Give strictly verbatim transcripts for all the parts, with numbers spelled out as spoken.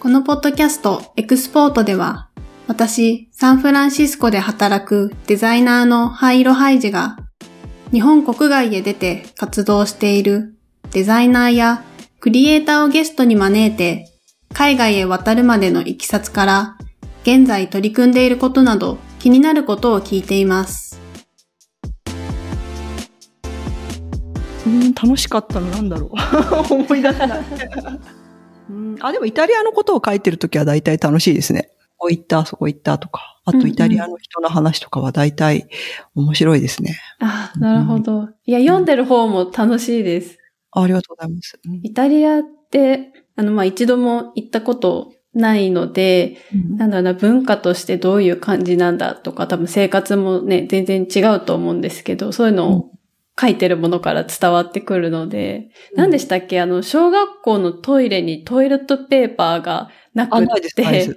このポッドキャストエクスポートでは、私、サンフランシスコで働くデザイナーのハイロハイジが、日本国外へ出て活動しているデザイナーやクリエイターをゲストに招いて、海外へ渡るまでのいきさつから、現在取り組んでいることなど気になることを聞いています。 うん、楽しかったのなんだろう思い出せないうん、あ、でもイタリアのことを書いてるときは大体楽しいですね。ここ行った、そこ行ったとか。あとイタリアの人の話とかは大体面白いですね。 うんうん、あ、なるほど。うん、いや、読んでる方も楽しいです。 あ、ありがとうございます。 うん、イタリアって、あの、まあ、一度も行ったことないので、うん、なんだろうな、文化としてどういう感じなんだとか、多分生活もね、全然違うと思うんですけど、そういうのを書いてるものから伝わってくるので、うん、何でしたっけ、あの、小学校のトイレにトイレットペーパーがなくって、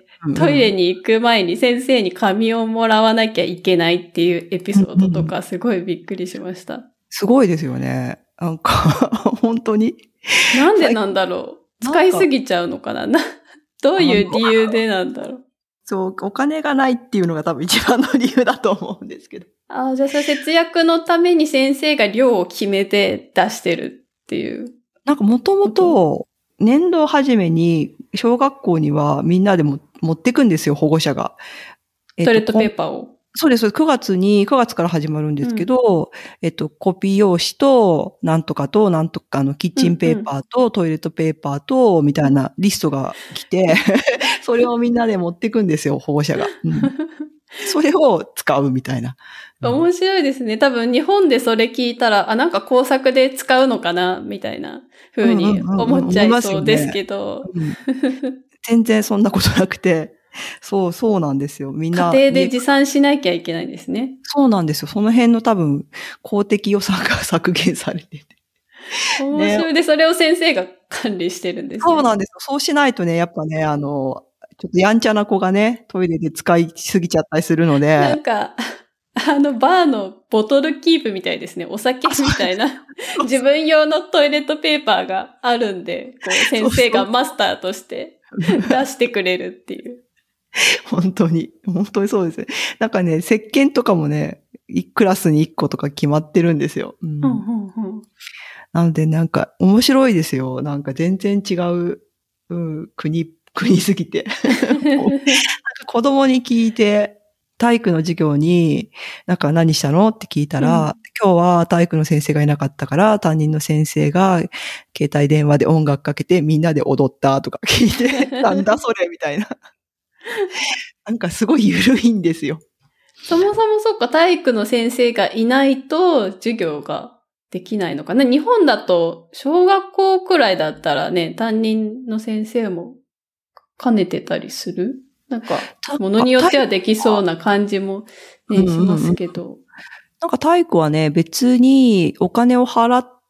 うんうん、トイレに行く前に先生に紙をもらわなきゃいけないっていうエピソードとか、すごいびっくりしました。うんうん、 すごいですよね。なんか、本当に。 なんでなんだろう。使いすぎちゃうのかな。などういう理由でなんだろう。 そう、お金がないっていうのが多分一番の理由だと思うんですけど。 ああ、じゃあそれ節約のために先生が量を決めて出してるっていう。 なんかもともと年度初めに小学校にはみんなでも持ってくんですよ、保護者が。 えっと、トイレットペーパーを。 そうです。くがつに、くがつから始まるんですけど、うん、えっと、コピー用紙と、なんとかと、なんとかのキッチンペーパーと、うんうん、トイレットペーパーと、みたいなリストが来て、それをみんなで持ってくんですよ、保護者が。うん、それを使うみたいな。 面白いですね。多分日本でそれ聞いたら、あ、なんか工作で使うのかなみたいな風に思っちゃいそうですけど。 全然そんなことなくて。そう、そうなんですよ。みんな。 家庭で持参しなきゃいけないんですね。 そうなんですよ。その辺の多分、公的予算が削減されてて。 面白い。で、それを先生が管理してるんですね。 そうなんですよ。そうしないとね、やっぱね、あの、ちょっとやんちゃな子がね、トイレで使いすぎちゃったりするので。 なんか、あの、バーのボトルキープみたいですね。お酒みたいな。自分用のトイレットペーパーがあるんで、こう、先生がマスターとして出してくれるっていう。 本当に、本当にそうですね。なんかね、石鹸とかもね、クラスにいっことか決まってるんですよ。うんうんうんうん、 なのでなんか面白いですよ。なんか全然違う、うん、国、国すぎて。なんか子供に聞いて、体育の授業に、なんか何したのって聞いたら、うん、今日は体育の先生がいなかったから、担任の先生が携帯電話で音楽かけてみんなで踊ったとか聞いて、なんだそれみたいな。なんかすごい緩いんですよ。 そもそもそっか、体育の先生がいないと授業ができないのかな。日本だと小学校くらいだったらね、担任の先生も兼ねてたりする？なんか、ものによってはできそうな感じもね、しますけど。 なんか体育はね、別にお金を払って、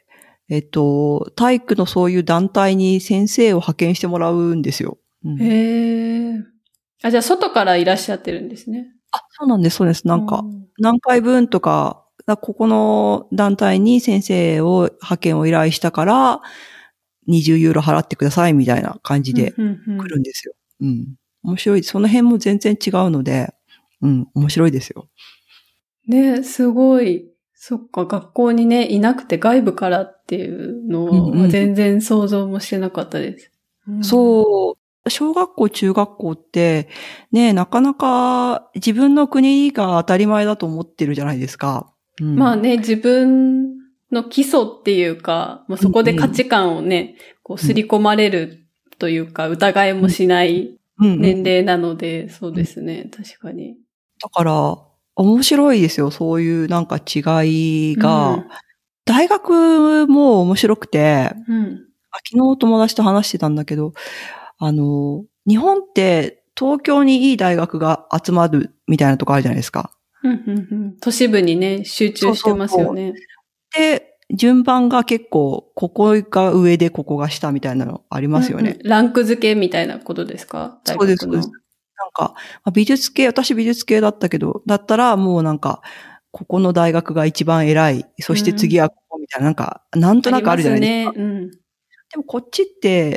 えっと、体育のそういう団体に先生を派遣してもらうんですよ。うん、 へー。あ、じゃあ外からいらっしゃってるんですね。 あ、そうなんです、そうです。なんか、何回分とか、ここの団体に先生を派遣を依頼したから、にじゅうユーロ払ってくださいみたいな感じで来るんですよ。うん、うんうん、面白い。その辺も全然違うので、うん、面白いですよ。 ね、すごい。そっか、学校にね、いなくて外部からっていうのは全然想像もしてなかったです。 うんうん、そう。小学校、中学校って、ね、なかなか自分の国が当たり前だと思ってるじゃないですか。 うん、まあね、自分の基礎っていうか、まあ、そこで価値観をね、うんうん、こう、刷り込まれるというか、疑いもしない年齢なので、うんうんうん、そうですね、確かに。 だから、面白いですよ、そういうなんか違いが。うん、大学も面白くて、うん、昨日友達と話してたんだけど、あの、日本って東京にいい大学が集まるみたいなとこあるじゃないですか。 うんうんうん、都市部にね、集中してますよね。 そうそうそうで、順番が結構、ここが上でここが下みたいなのありますよね。 うんうん、ランク付けみたいなことですか？大学の。 そうです、そうです。なんか、美術系、私美術系だったけど、だったらもうなんか、ここの大学が一番偉い。そして次はここみたいな、うん、なんか、なんとなくあるじゃないですか。 ありますね。うん。 でもこっちって、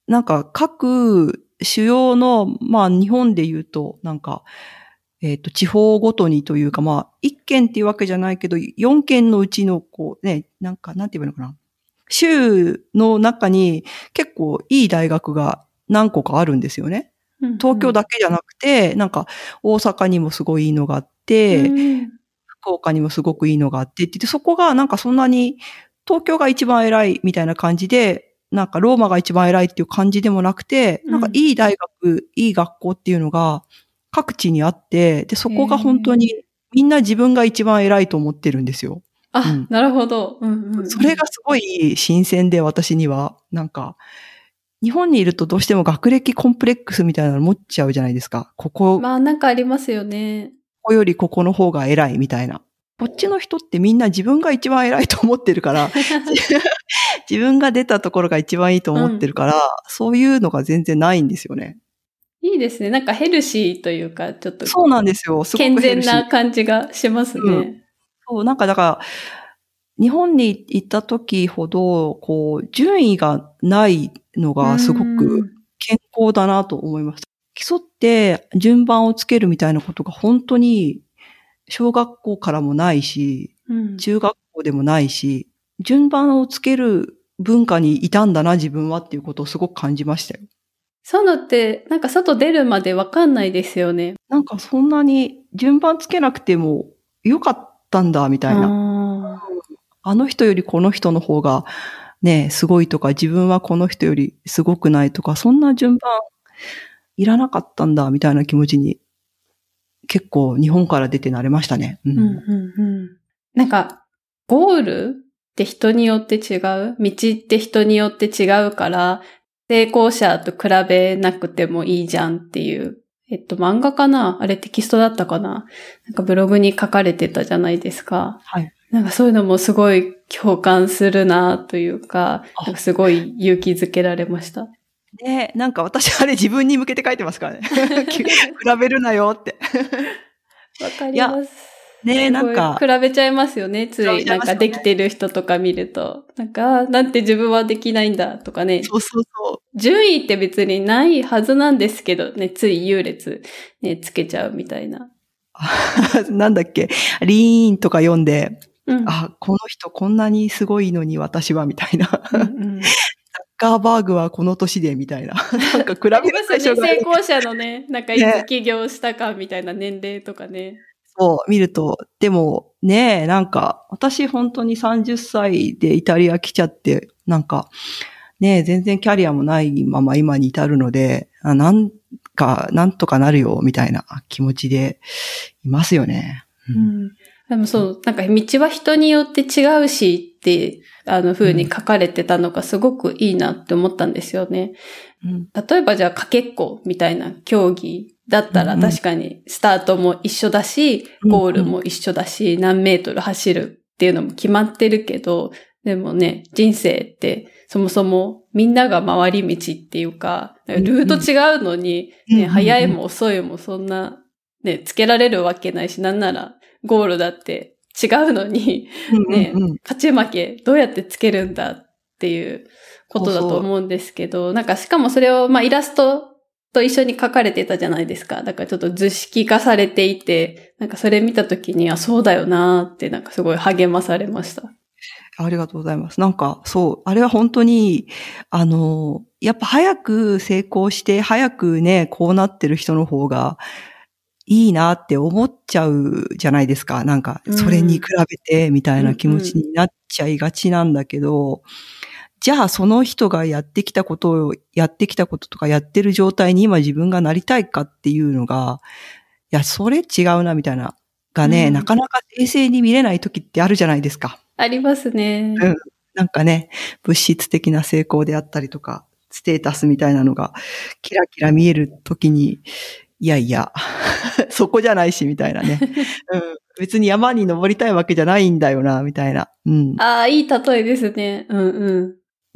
なんか各主要の、まあ日本で言うと、なんか、えっと、地方ごとにというか、まあ、いっけんっていうわけじゃないけど、よんけんのうちの、こうね、なんか、なんて言えばいいのかな。州の中に結構いい大学が何個かあるんですよね。 うんうん、 東京だけじゃなくて、なんか、大阪にもすごいいいのがあって、うん、福岡にもすごくいいのがあってって言って、そこがなんかそんなに、東京が一番偉いみたいな感じで、なんかローマが一番偉いっていう感じでもなくて、なんかいい大学、うん、いい学校っていうのが各地にあって、で、そこが本当にみんな自分が一番偉いと思ってるんですよ。 あ、うん、なるほど、うんうんうん。 それがすごい新鮮で私には、なんか、日本にいるとどうしても学歴コンプレックスみたいなの持っちゃうじゃないですか。ここ。 まあなんかありますよね。 ここよりここの方が偉いみたいな。こっちの人ってみんな自分が一番偉いと思ってるから、自分が出たところが一番いいと思ってるから、うん、そういうのが全然ないんですよね。 いいですね。なんかヘルシーというか、ちょっと。 そうなんですよ。すごく健全な感じがしますね。うん、 そう、なんかだから、日本に行った時ほど、こう、順位がないのがすごく健康だなと思いました。競って順番をつけるみたいなことが本当に小学校からもないし、うん、中学校でもないし、順番をつける文化にいたんだな、自分はっていうことをすごく感じましたよ。 そういうのって、なんか外出るまでわかんないですよね。 なんかそんなに順番つけなくてもよかったんだ、みたいな。あの人よりこの人の方がね、すごいとか、自分はこの人よりすごくないとか、そんな順番いらなかったんだ、みたいな気持ちに結構日本から出てなれましたね。うん。 うんうんうん、なんか、ゴールって人によって違う。道って人によって違うから、成功者と比べなくてもいいじゃんっていう。えっと、漫画かな？あれテキストだったかな？なんかブログに書かれてたじゃないですか。 はい。 なんかそういうのもすごい共感するなというか、なんかすごい勇気づけられました。 ねえ、なんか私あれ自分に向けて書いてますからね。比べるなよって。 わかります。 ねえ、なんか。 比べちゃいますよね、つい。なんかできてる人とか見ると。なんか、なんて自分はできないんだとかね。 そうそうそう。 順位って別にないはずなんですけどね、つい優劣ね、つけちゃうみたいな。 なんだっけ、リーンとか読んで、 うん、 あ、この人こんなにすごいのに私はみたいな。 うんうんザッカーバーグはこの年でみたいな。なんか比べる対象がありますね。成功者のね、なんかいつ起業したかみたいな年齢とかね。ね、 そう、見ると、でもね、なんか私本当にさんじゅっさいでイタリア来ちゃって、なんかね、全然キャリアもないまま今に至るので、あなんか、なんとかなるよみたいな気持ちでいますよね。 うんうんでもそう、なんか道は人によって違うしって、あの風に書かれてたのがすごくいいなって思ったんですよね。うん、例えばじゃあかけっこみたいな競技だったら確かにスタートも一緒だし、ゴールも一緒だし、何メートル走るっていうのも決まってるけど、でもね、人生ってそもそもみんなが回り道っていうか、ルート違うのに、ね、速いも遅いもそんな、ね、つけられるわけないし、なんならゴールだって違うのに、ね、うんうんうん、勝ち負けどうやってつけるんだっていうことだと思うんですけど、そうそう、なんかしかもそれを、まあイラストと一緒に書かれてたじゃないですか。だからちょっと図式化されていて、なんかそれ見たときに、あ、そうだよなーってなんかすごい励まされました。 ありがとうございます。なんか、そう、あれは本当に、あの、やっぱ早く成功して、早くね、こうなってる人の方がいいなって思っちゃうじゃないですか。なんか、それに比べて、みたいな気持ちになっちゃいがちなんだけど、うんうん、じゃあその人がやってきたことを、やってきたこととかやってる状態に今自分がなりたいかっていうのが、いや、それ違うな、みたいな、がね、うん、なかなか冷静に見れない時ってあるじゃないですか。 ありますね。 うん。なんかね、物質的な成功であったりとか、ステータスみたいなのが、キラキラ見えるときに、いやいや、そこじゃないし、みたいなね。うん。別に山に登りたいわけじゃないんだよな、みたいな。うん。 ああ、いい例えですね。うんうん。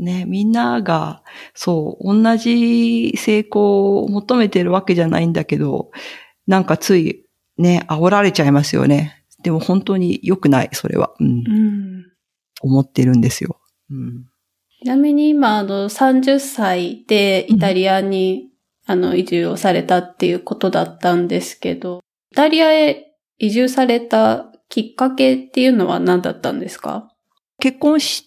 ね、みんなが、そう、同じ成功を求めてるわけじゃないんだけど、なんかつい、ね、煽られちゃいますよね。でも本当に良くない、それは。うん。うん、思ってるんですよ。うん。 ちなみに今、あの、さんじゅっさいでイタリアに、うん、あの、移住をされたっていうことだったんですけど、イタリアへ移住されたきっかけっていうのは何だったんですか？ 結婚して、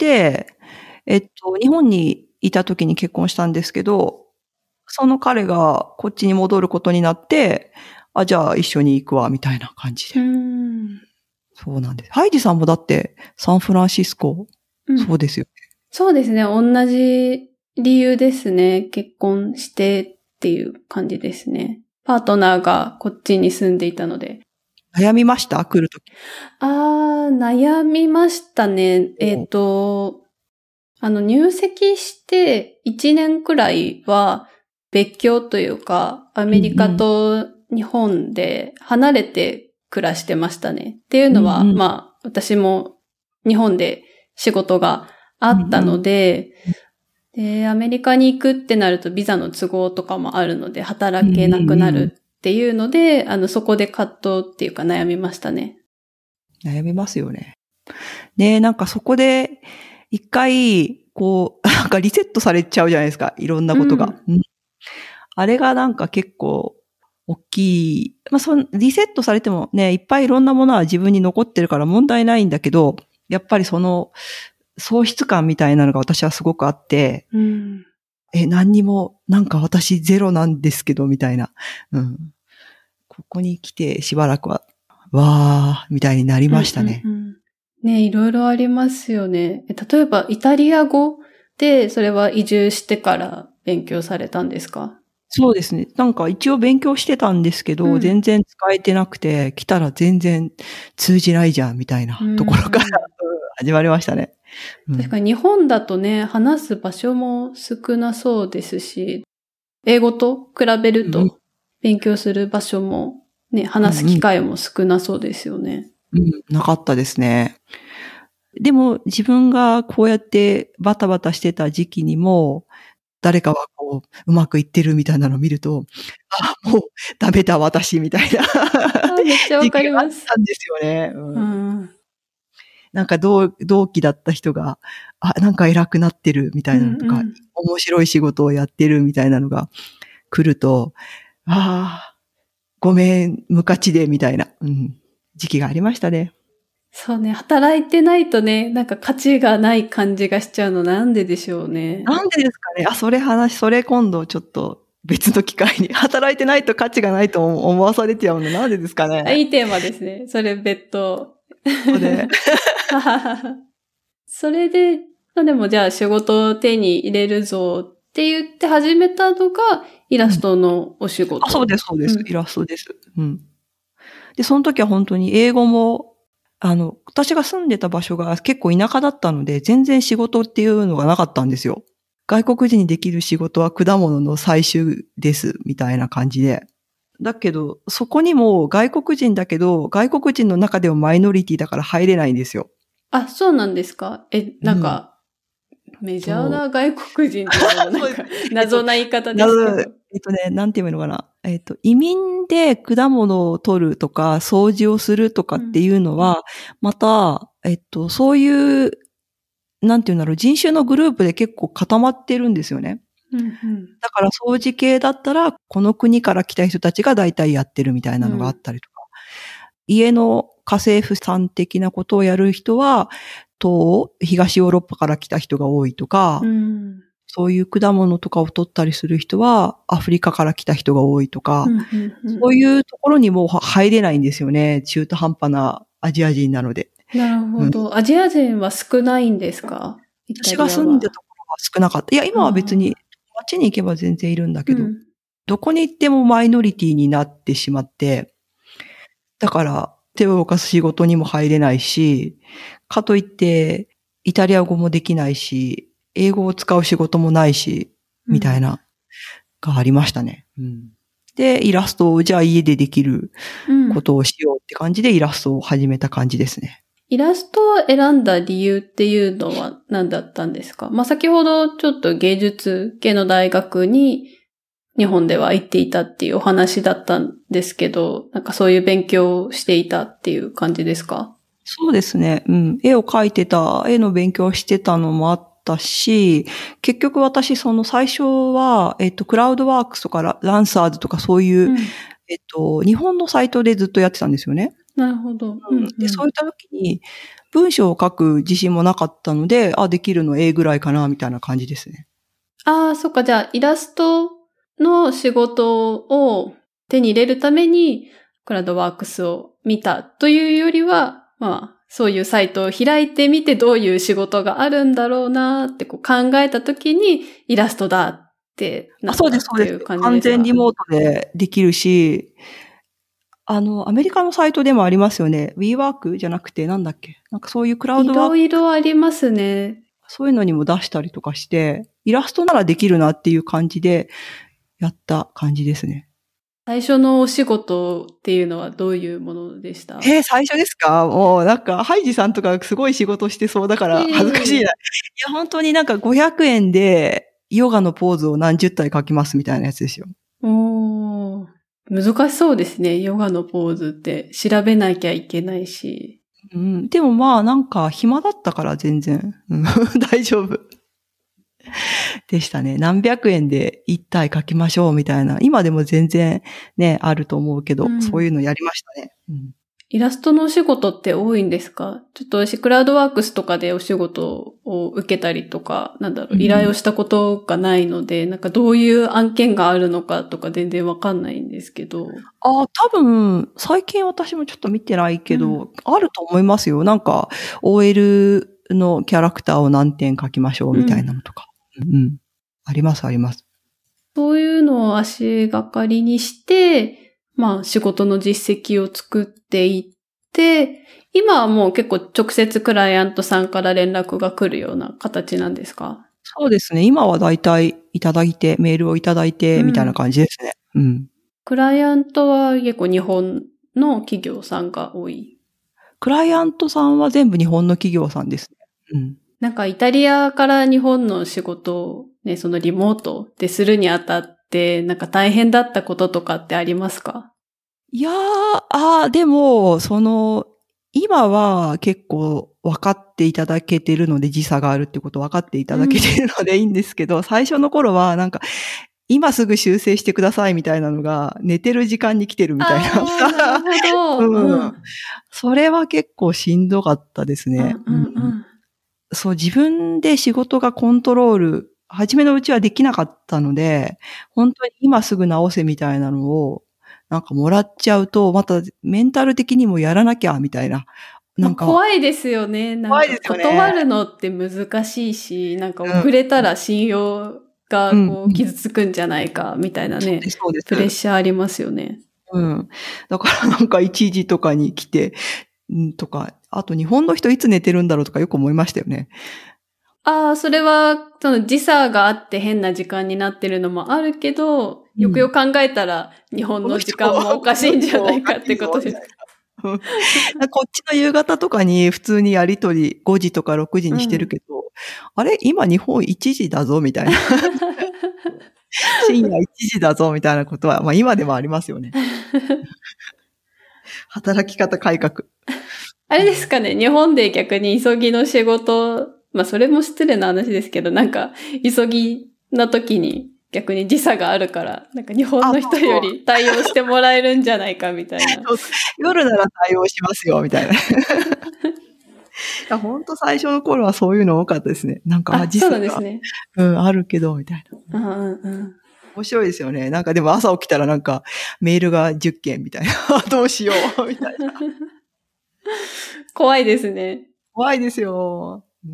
えっと、日本にいた時に結婚したんですけど、その彼がこっちに戻ることになって、あ、じゃあ一緒に行くわ、みたいな感じで。 うーん、 そうなんです。ハイジさんもだってサンフランシスコ、うん、そうですよね。 そうですね。同じ理由ですね。結婚してっていう感じですね。パートナーがこっちに住んでいたので。 悩みました？来るとき。 あー、悩みましたね。えっと、あの、入籍していちねんくらいは別居というか、アメリカと日本で離れて暮らしてましたね。っていうのは、うんうん、まあ、私も日本で仕事があったので、うんうん、で、アメリカに行くってなるとビザの都合とかもあるので、働けなくなるっていうので、うんうん、あの、そこで葛藤っていうか悩みましたね。 悩みますよね。ね、なんかそこで、一回、こう、なんかリセットされちゃうじゃないですか。いろんなことが。うん、あれがなんか結構、大きい。まあ、その、リセットされてもね、いっぱいいろんなものは自分に残ってるから問題ないんだけど、やっぱりその、喪失感みたいなのが私はすごくあって、 うん、 え、何にも、なんか私ゼロなんですけど、みたいな。うん。ここに来てしばらくは、わー、みたいになりましたね。 うんうんうん、ね、いろいろありますよね。例えば、イタリア語で、それは移住してから勉強されたんですか？ そうですね。なんか一応勉強してたんですけど、うん、全然使えてなくて、来たら全然通じないじゃん、みたいなところから、うん、始まりましたね。 うん、確かに日本だとね、話す場所も少なそうですし、英語と比べると勉強する場所もね、話す機会も少なそうですよね。 うん、うん、なかったですね。でも自分がこうやってバタバタしてた時期にも、誰かはこう、うまくいってるみたいなのを見ると、あ、もうダメだ私みたいな。 めっちゃわかります。 時期があったんですよね。うんうん、 なんか同、同期だった人が、あ、なんか偉くなってるみたいなのとか、うんうん、面白い仕事をやってるみたいなのが来ると、ああ、ごめん、無価値でみたいな、うん、時期がありましたね。 そうね、働いてないとね、なんか価値がない感じがしちゃうのなんででしょうね。 なんでですかね。あ、それ話、それ今度ちょっと別の機会に。働いてないと価値がないと思わされちゃうのなんでですかね。 いいテーマですね。それ別途。 それ。 それで、まあでもじゃあ仕事を手に入れるぞって言って始めたのがイラストのお仕事。 うん、あ、そうです、そうです、うん。イラストです。うん。で、その時は本当に英語も、あの、私が住んでた場所が結構田舎だったので、全然仕事っていうのがなかったんですよ。外国人にできる仕事は果物の採集です、みたいな感じで。だけど、そこにも外国人だけど、外国人の中でもマイノリティだから入れないんですよ。 あ、そうなんですか？え、なんか、うん、メジャーな外国人っていうのもなんか謎な言い方ですけど。 えっとね、なんて言うのかな。えっと、移民で果物を取るとか、掃除をするとかっていうのは、うん、また、えっと、そういう、なんて言うんだろう、人種のグループで結構固まってるんですよね。 うんうん、 だから掃除系だったら、この国から来た人たちが大体やってるみたいなのがあったりとか、うん、家の家政婦さん的なことをやる人は、東、東ヨーロッパから来た人が多いとか、うん、そういう果物とかを取ったりする人は、アフリカから来た人が多いとか、うんうんうん、そういうところにも入れないんですよね。中途半端なアジア人なので。 なるほど。うん、アジア人は少ないんですか？ 私が住んでたところは少なかった。いや、今は別に街に行けば全然いるんだけど、うん、どこに行ってもマイノリティになってしまって、だから手を動かす仕事にも入れないし、かといってイタリア語もできないし、英語を使う仕事もないし、みたいな、がありましたね。うん、で、イラストをじゃあ家でできることをしようって感じでイラストを始めた感じですね。 イラストを選んだ理由っていうのは何だったんですか？まあ、先ほどちょっと芸術系の大学に日本では行っていたっていうお話だったんですけど、なんかそういう勉強をしていたっていう感じですか？ そうですね。うん。絵を描いてた、絵の勉強をしてたのもあっったし、結局私その最初は、えっと、クラウドワークスとかラランサーズとかそういう、うん、えっと、日本のサイトでずっとやってたんですよね。 なるほど。うんうん、 で、そういった時に文章を書く自信もなかったので、あ、できるの A ぐらいかな、みたいな感じですね。 ああ、そっか。じゃあ、イラストの仕事を手に入れるために、クラウドワークスを見たというよりは、まあ、そういうサイトを開いてみてどういう仕事があるんだろうなってこう考えたときに、イラストだってなったっていう感じですか？ そうです、そうです。完全リモートでできるし、あの、アメリカのサイトでもありますよね。WeWork じゃなくて、なんだっけ。なんかそういうクラウドワーク。 いろいろありますね。 そういうのにも出したりとかして、イラストならできるなっていう感じでやった感じですね。 最初のお仕事っていうのはどういうものでした？ えー、最初ですか？もうなんか、ハイジさんとかすごい仕事してそうだから恥ずかしいな。えー、いや、本当になんかごひゃくえんでヨガのポーズを何十体書きますみたいなやつですよ。 おー。難しそうですね。ヨガのポーズって調べなきゃいけないし。 うん、でもまあなんか暇だったから全然、うん、大丈夫でしたね。何百円で一体書きましょうみたいな。今でも全然ね、あると思うけど、うん、そういうのやりましたね。うん、 イラストのお仕事って多いんですか？ちょっと私、クラウドワークスとかでお仕事を受けたりとか、なんだろう、依頼をしたことがないので、うん、なんかどういう案件があるのかとか全然わかんないんですけど。 ああ、多分、最近私もちょっと見てないけど、うん、あると思いますよ。なんか、オーエル のキャラクターを何点書きましょうみたいなのとか。うん、うん。あります、あります。 そういうのを足がかりにして、まあ仕事の実績を作っていって、今はもう結構直接クライアントさんから連絡が来るような形なんですか？ そうですね。今はだいたいいただいて、メールをいただいて、みたいな感じですね。うん。うん、 クライアントは結構日本の企業さんが多い？ クライアントさんは全部日本の企業さんですね。うん。 なんかイタリアから日本の仕事をね、そのリモートでするにあたって、なんか大変だったこととかってありますか？ いやー、あー、でも、その、今は結構分かっていただけてるので、時差があるってこと分かっていただけてるのでいいんですけど、うん、最初の頃はなんか、今すぐ修正してくださいみたいなのが、寝てる時間に来てるみたいな。 なるほど。 うん。それは結構しんどかったですね。 うんうんうん、 そう、自分で仕事がコントロール、初めのうちはできなかったので、本当に今すぐ直せみたいなのを、なんかもらっちゃうと、またメンタル的にもやらなきゃみたいな。 なんか、まあ、怖いですよね。なんか断るのって難しいし、なんか遅れたら信用がこう傷つくんじゃないかみたいなね、うん、そうです。プレッシャーありますよね。 うん。だからなんかいちじとかに来て、んとか、あと日本の人いつ寝てるんだろうとかよく思いましたよね。 ああ、それは、その時差があって変な時間になってるのもあるけど、うん、よくよく考えたら日本の時間もおかしいんじゃないかってことです。 こっちの夕方とかに普通にやりとりごじとかろくじにしてるけど、うん、あれ今日本いちじだぞみたいな。深夜いちじだぞみたいなことは、まあ今でもありますよね。働き方改革。 あれですかね、日本で逆に急ぎの仕事、まあそれも失礼な話ですけど、なんか急ぎな時に逆に時差があるから、なんか日本の人より対応してもらえるんじゃないかみたいな。 夜なら対応しますよみたいな。いや本当最初の頃はそういうの多かったですね。なんか、 あ、時差が、そうなんですね。 うん、あるけど、みたいな。 うんうんうん。 面白いですよね。なんかでも朝起きたらなんかメールがじゅっけんみたいな。どうしようみたいな。 怖いですね。 怖いですよ。うん、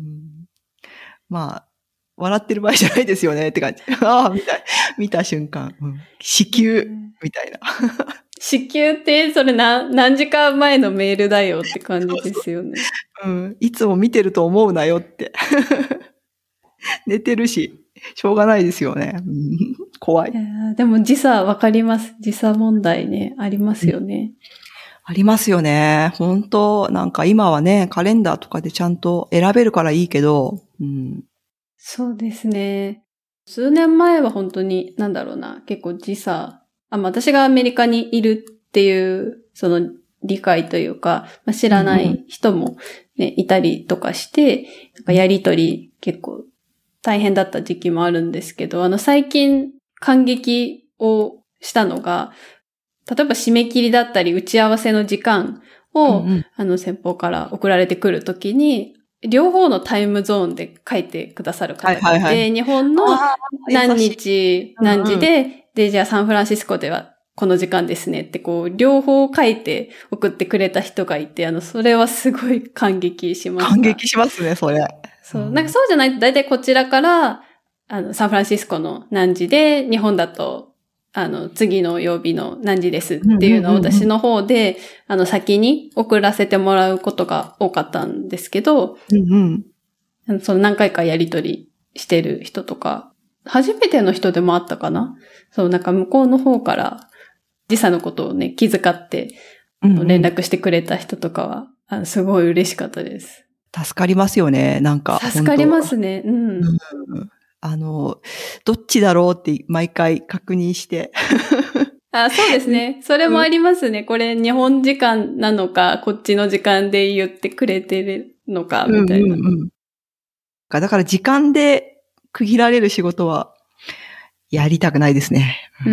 まあ、笑ってる場合じゃないですよねって感じ。ああ、見た、見た瞬間。うん、至急、みたいな。 至急ってそれ何、何時間前のメールだよって感じですよね。 そうそう、うん。いつも見てると思うなよって。寝てるし、しょうがないですよね。怖い。いやでも時差わかります。時差問題ね、ありますよね。 うん、ありますよね。本当なんか今はね、カレンダーとかでちゃんと選べるからいいけど、うん、 そうですね。数年前は本当に、なんだろうな、結構時差、あ、私がアメリカにいるっていう、その理解というか、まあ、知らない人もね、うんうん、いたりとかして、なんかやりとり結構大変だった時期もあるんですけど、あの最近感激をしたのが、例えば締め切りだったり打ち合わせの時間を、うんうん、あの先方から送られてくるときに、両方のタイムゾーンで書いてくださる方がいて、はいはいはい、日本の何日何時で、うんうん、で、じゃあサンフランシスコではこの時間ですねってこう、両方書いて送ってくれた人がいて、あの、それはすごい感激しました。 感激しますね、それ。 そう。なんかそうじゃないと、だいたいこちらから、あの、サンフランシスコの何時で、日本だと、あの、次の曜日の何時ですっていうのを私の方で、あの、先に送らせてもらうことが多かったんですけど、 うんうん、その何回かやりとりしてる人とか、初めての人でもあったかな？そう、なんか向こうの方から時差のことをね、気遣って連絡してくれた人とかは、あのすごい嬉しかったです。 助かりますよね、なんか。 助かりますね。うん。うん、 あの、どっちだろうって毎回確認して。 あ、そうですね。それもありますね。これ日本時間なのか、こっちの時間で言ってくれてるのか、みたいな。うんうんうん、 だから時間で区切られる仕事はやりたくないですね。 うん。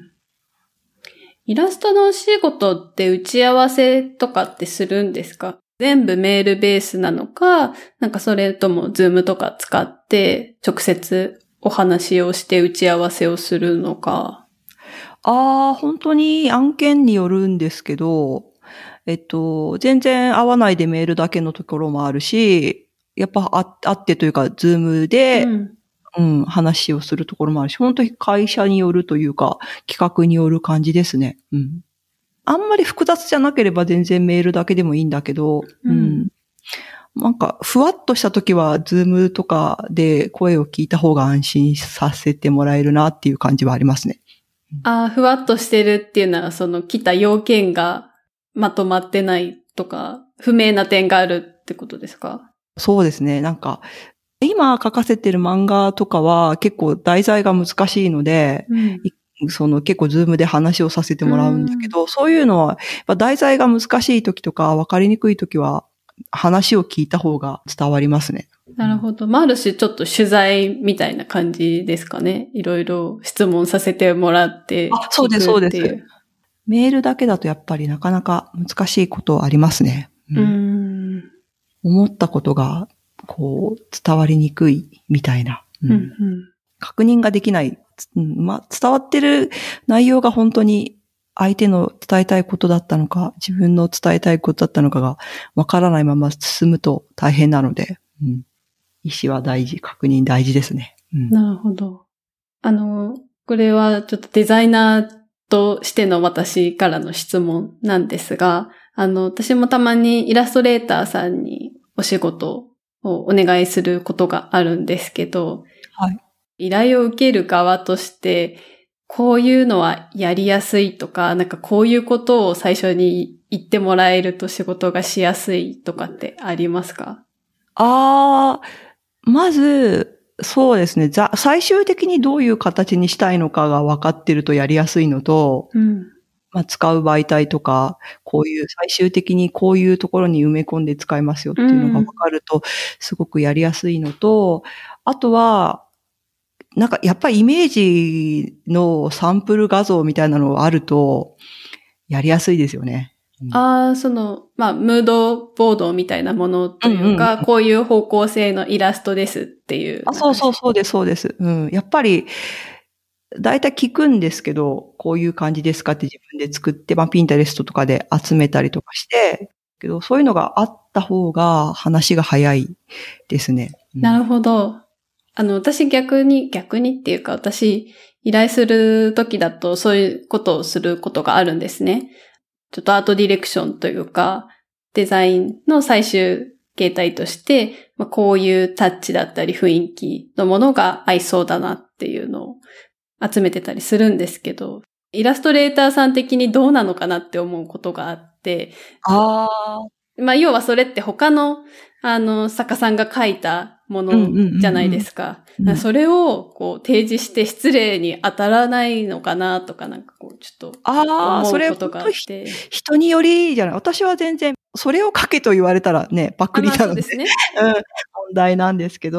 イラストのお仕事って打ち合わせとかってするんですか？全部メールベースなのか、なんかそれともズームとか使って直接お話をして打ち合わせをするのか。 ああ、本当に案件によるんですけど、えっと、全然会わないでメールだけのところもあるし、やっぱ会ってというか、ズームで、うんうん、話をするところもあるし、本当に会社によるというか、企画による感じですね。うん。あんまり複雑じゃなければ全然メールだけでもいいんだけど、うん。うん、なんか、ふわっとした時は、ズームとかで声を聞いた方が安心させてもらえるなっていう感じはありますね。 ああ、ふわっとしてるっていうのは、その来た要件がまとまってないとか、不明な点があるってことですか？ そうですね。なんか、今書かせてる漫画とかは結構題材が難しいので、うん、その結構ズームで話をさせてもらうんだけど、うん、そういうのは、題材が難しい時とか分かりにくい時は、話を聞いた方が伝わりますね。 なるほど。まあ、ある種ちょっと取材みたいな感じですかね。いろいろ質問させてもらって聞くっていう。 あ、そうです、そうです。メールだけだとやっぱりなかなか難しいことはありますね。 うん、うーん。 思ったことが、こう、伝わりにくいみたいな。うんうん、確認ができない。うん、まあ、伝わってる内容が本当に相手の伝えたいことだったのか、自分の伝えたいことだったのかがわからないまま進むと大変なので、うん、意思は大事、確認大事ですね。 うん、なるほど。あの、これはちょっとデザイナーとしての私からの質問なんですが、あの、私もたまにイラストレーターさんにお仕事をお願いすることがあるんですけど、 はい。 依頼を受ける側として、こういうのはやりやすいとか、なんかこういうことを最初に言ってもらえると仕事がしやすいとかってありますか？ ああ、まず、そうですね。最終的にどういう形にしたいのかが分かってるとやりやすいのと、うん、まあ、使う媒体とか、こういう最終的にこういうところに埋め込んで使いますよっていうのが分かると、すごくやりやすいのと、あとは、なんかやっぱりイメージのサンプル画像みたいなのがあると、やりやすいですよね。 うん、ああ、その、まあ、ムードボードみたいなものというか、うんうん、こういう方向性のイラストですっていう。 あ、そうそうそうです、そうです。うん。やっぱり、だいたい聞くんですけど、こういう感じですかって自分で作って、まあ、ピンタレストとかで集めたりとかして、けど、そういうのがあった方が話が早いですね。 うん、なるほど。あの、私逆に、逆にっていうか、私、依頼するときだとそういうことをすることがあるんですね。ちょっとアートディレクションというか、デザインの最終形態として、まあ、こういうタッチだったり雰囲気のものが合いそうだなっていうのを集めてたりするんですけど、イラストレーターさん的にどうなのかなって思うことがあって、 ああ。まあ、要はそれって他の、あの、作家さんが書いたものじゃないですか。うんうんうん、それを、こう、提示して失礼に当たらないのかなとか、なんかこう、ちょっと、思うことがあって。 人によりじゃない。私は全然、それを書けと言われたらね、パクリなので、まあ、そうですね。うん、問題なんですけど、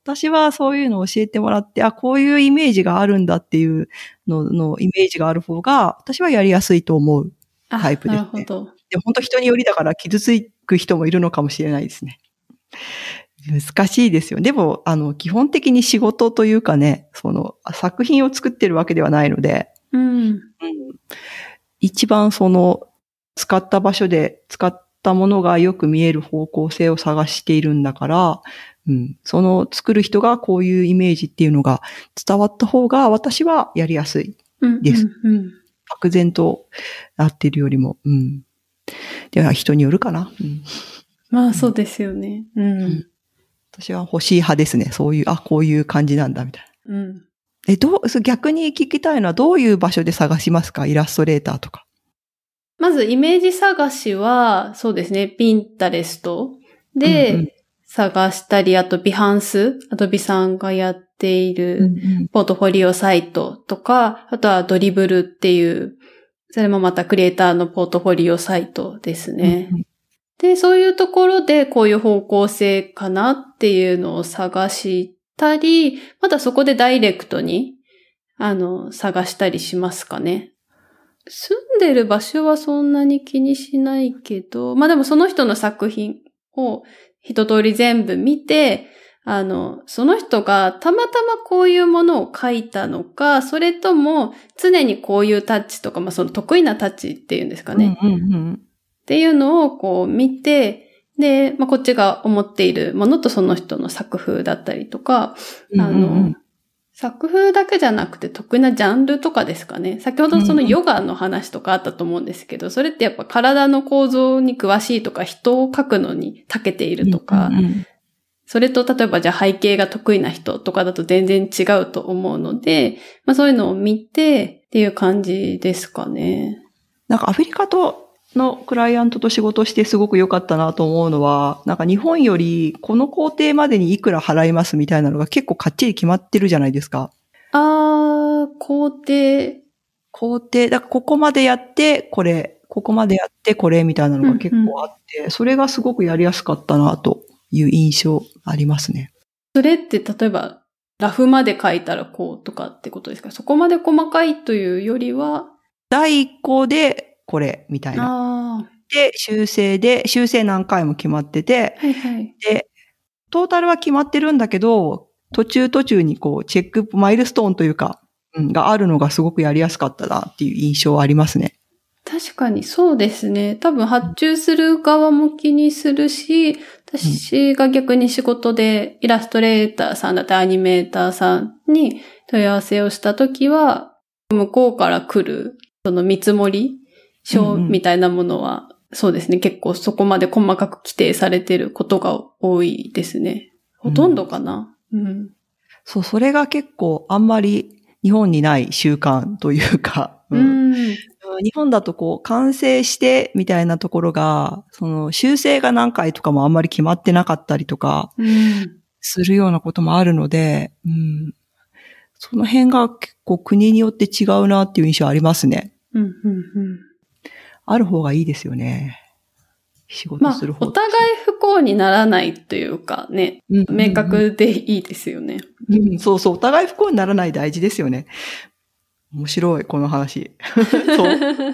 私はそういうのを教えてもらって、あ、こういうイメージがあるんだっていうののイメージがある方が、私はやりやすいと思うタイプですね。 なるほど。 で、本当人によりだから傷つく人もいるのかもしれないですね。難しいですよ。でも、あの、基本的に仕事というかね、その、作品を作ってるわけではないので、 うん。うん、 一番その、使った場所で使ったものがよく見える方向性を探しているんだから、うん、その作る人がこういうイメージっていうのが伝わった方が私はやりやすいです。 うんうんうん、 漠然となっているよりも。うん、では人によるかな。うん、 まあそうですよね。うん。うん、 私は欲しい派ですね。そういう、あ、こういう感じなんだみたいな。うん、え、どう、逆に聞きたいのはどういう場所で探しますか？イラストレーターとか。 まずイメージ探しは、そうですね、ピンタレストで探したり、うんうん、あとビハンス、アドビさんがやっているポートフォリオサイトとか、あとはドリブルっていう、それもまたクリエイターのポートフォリオサイトですね。うんうん、で、そういうところでこういう方向性かなっていうのを探したり、またそこでダイレクトに、あの、探したりしますかね。住んでる場所はそんなに気にしないけど、まあでもその人の作品を一通り全部見て、あの、その人がたまたまこういうものを書いたのか、それとも常にこういうタッチとか、まあその得意なタッチっていうんですかね。うんうんうん、っていうのをこう見て、で、まあこっちが思っているものとその人の作風だったりとか、あの、うんうんうん、作風だけじゃなくて得意なジャンルとかですかね。先ほどそのヨガの話とかあったと思うんですけど、それってやっぱ体の構造に詳しいとか、人を描くのに長けているとか、うんうん、それと例えばじゃあ背景が得意な人とかだと全然違うと思うので、まあそういうのを見てっていう感じですかね。 なんかアフリカとのクライアントと仕事してすごく良かったなと思うのは、なんか日本よりこの工程までにいくら払いますみたいなのが結構かっちり決まってるじゃないですか。 あー、工程。 工程、だからここまでやってこれ、ここまでやってこれみたいなのが結構あって、うんうん、それがすごくやりやすかったなという印象ありますね。 それって例えばラフまで書いたらこうとかってことですか？そこまで細かいというよりは。 第一項でこれ、みたいな。で、修正で、修正何回も決まってて、 はいはい、 で、トータルは決まってるんだけど、途中途中にこう、チェック、マイルストーンというか、うん、があるのがすごくやりやすかったなっていう印象はありますね。 確かにそうですね。多分発注する側も気にするし、私が逆に仕事でイラストレーターさんだったりアニメーターさんに問い合わせをしたときは、向こうから来る、その見積もり書みたいなものは、うんうん、そうですね。結構そこまで細かく規定されていることが多いですね。ほとんどかな。うん。うん、 そう、それが結構あんまり日本にない習慣というか、 うん、 日本だとこう完成してみたいなところが、その修正が何回とかもあんまり決まってなかったりとか、するようなこともあるので、うん、その辺が結構国によって違うなっていう印象ありますね。 うんうんうん、 ある方がいいですよね。仕事する方、 まあ、お互い不幸にならないというかね、うんうんうん、明確でいいですよね、 うん。そうそう、お互い不幸にならない大事ですよね。面白い、この話。そう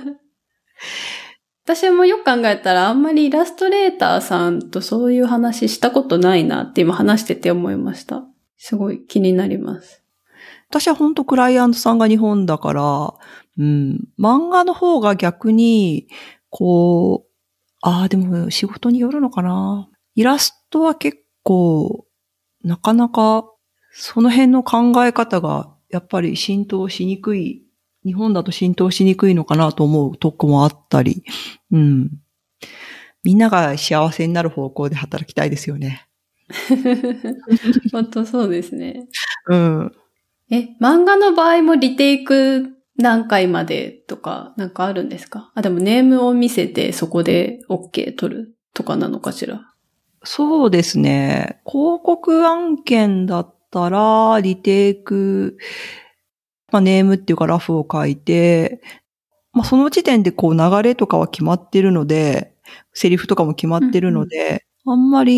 私もよく考えたらあんまりイラストレーターさんとそういう話したことないなって今話してて思いました。すごい気になります。 私は本当クライアントさんが日本だから、うん、漫画の方が逆に、こう、ああ、でも仕事によるのかな。イラストは結構、なかなか、その辺の考え方が、やっぱり浸透しにくい、日本だと浸透しにくいのかなと思うとこもあったり、うん。みんなが幸せになる方向で働きたいですよね。 本当そうですね。 うん。 え、漫画の場合もリテイク何回までとかなんかあるんですか？あ、でもネームを見せてそこで OK 取るとかなのかしら？ そうですね。広告案件だったら、リテイク、まあ、ネームっていうかラフを書いて、まあ、その時点でこう流れとかは決まってるので、セリフとかも決まってるので、うんうん、あんまり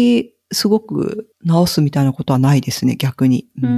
すごく直すみたいなことはないですね、逆に。 うん。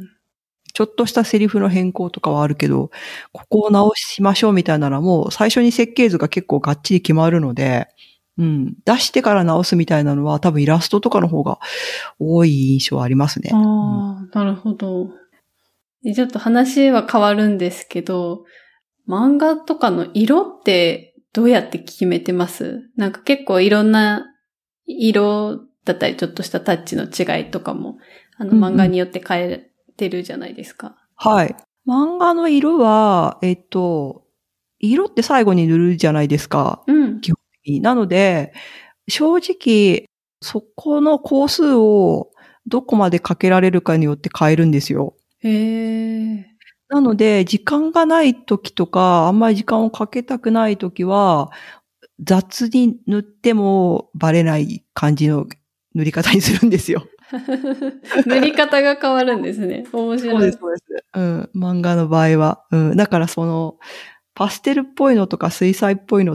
ちょっとしたセリフの変更とかはあるけど、ここを直しましょうみたいなのはもう最初に設計図が結構がっちり決まるので、うん。出してから直すみたいなのは多分イラストとかの方が多い印象はありますね。 ああ、なるほど。ちょっと話は変わるんですけど、漫画とかの色ってどうやって決めてます？なんか結構いろんな色だったりちょっとしたタッチの違いとかも、あの漫画によって変えてるじゃないですか。うんうん、 はい。漫画の色は、えっと、色って最後に塗るじゃないですか。 うん。 基本的に。なので、正直、そこの工数をどこまでかけられるかによって変えるんですよ。 へー。 なので、時間がない時とか、あんまり時間をかけたくない時は、雑に塗ってもバレない感じの塗り方にするんですよ。 塗り方が変わるんですね。面白い。 そうです、そうです。うん。漫画の場合は。うん。だからその、パステルっぽいのとか水彩っぽいのって、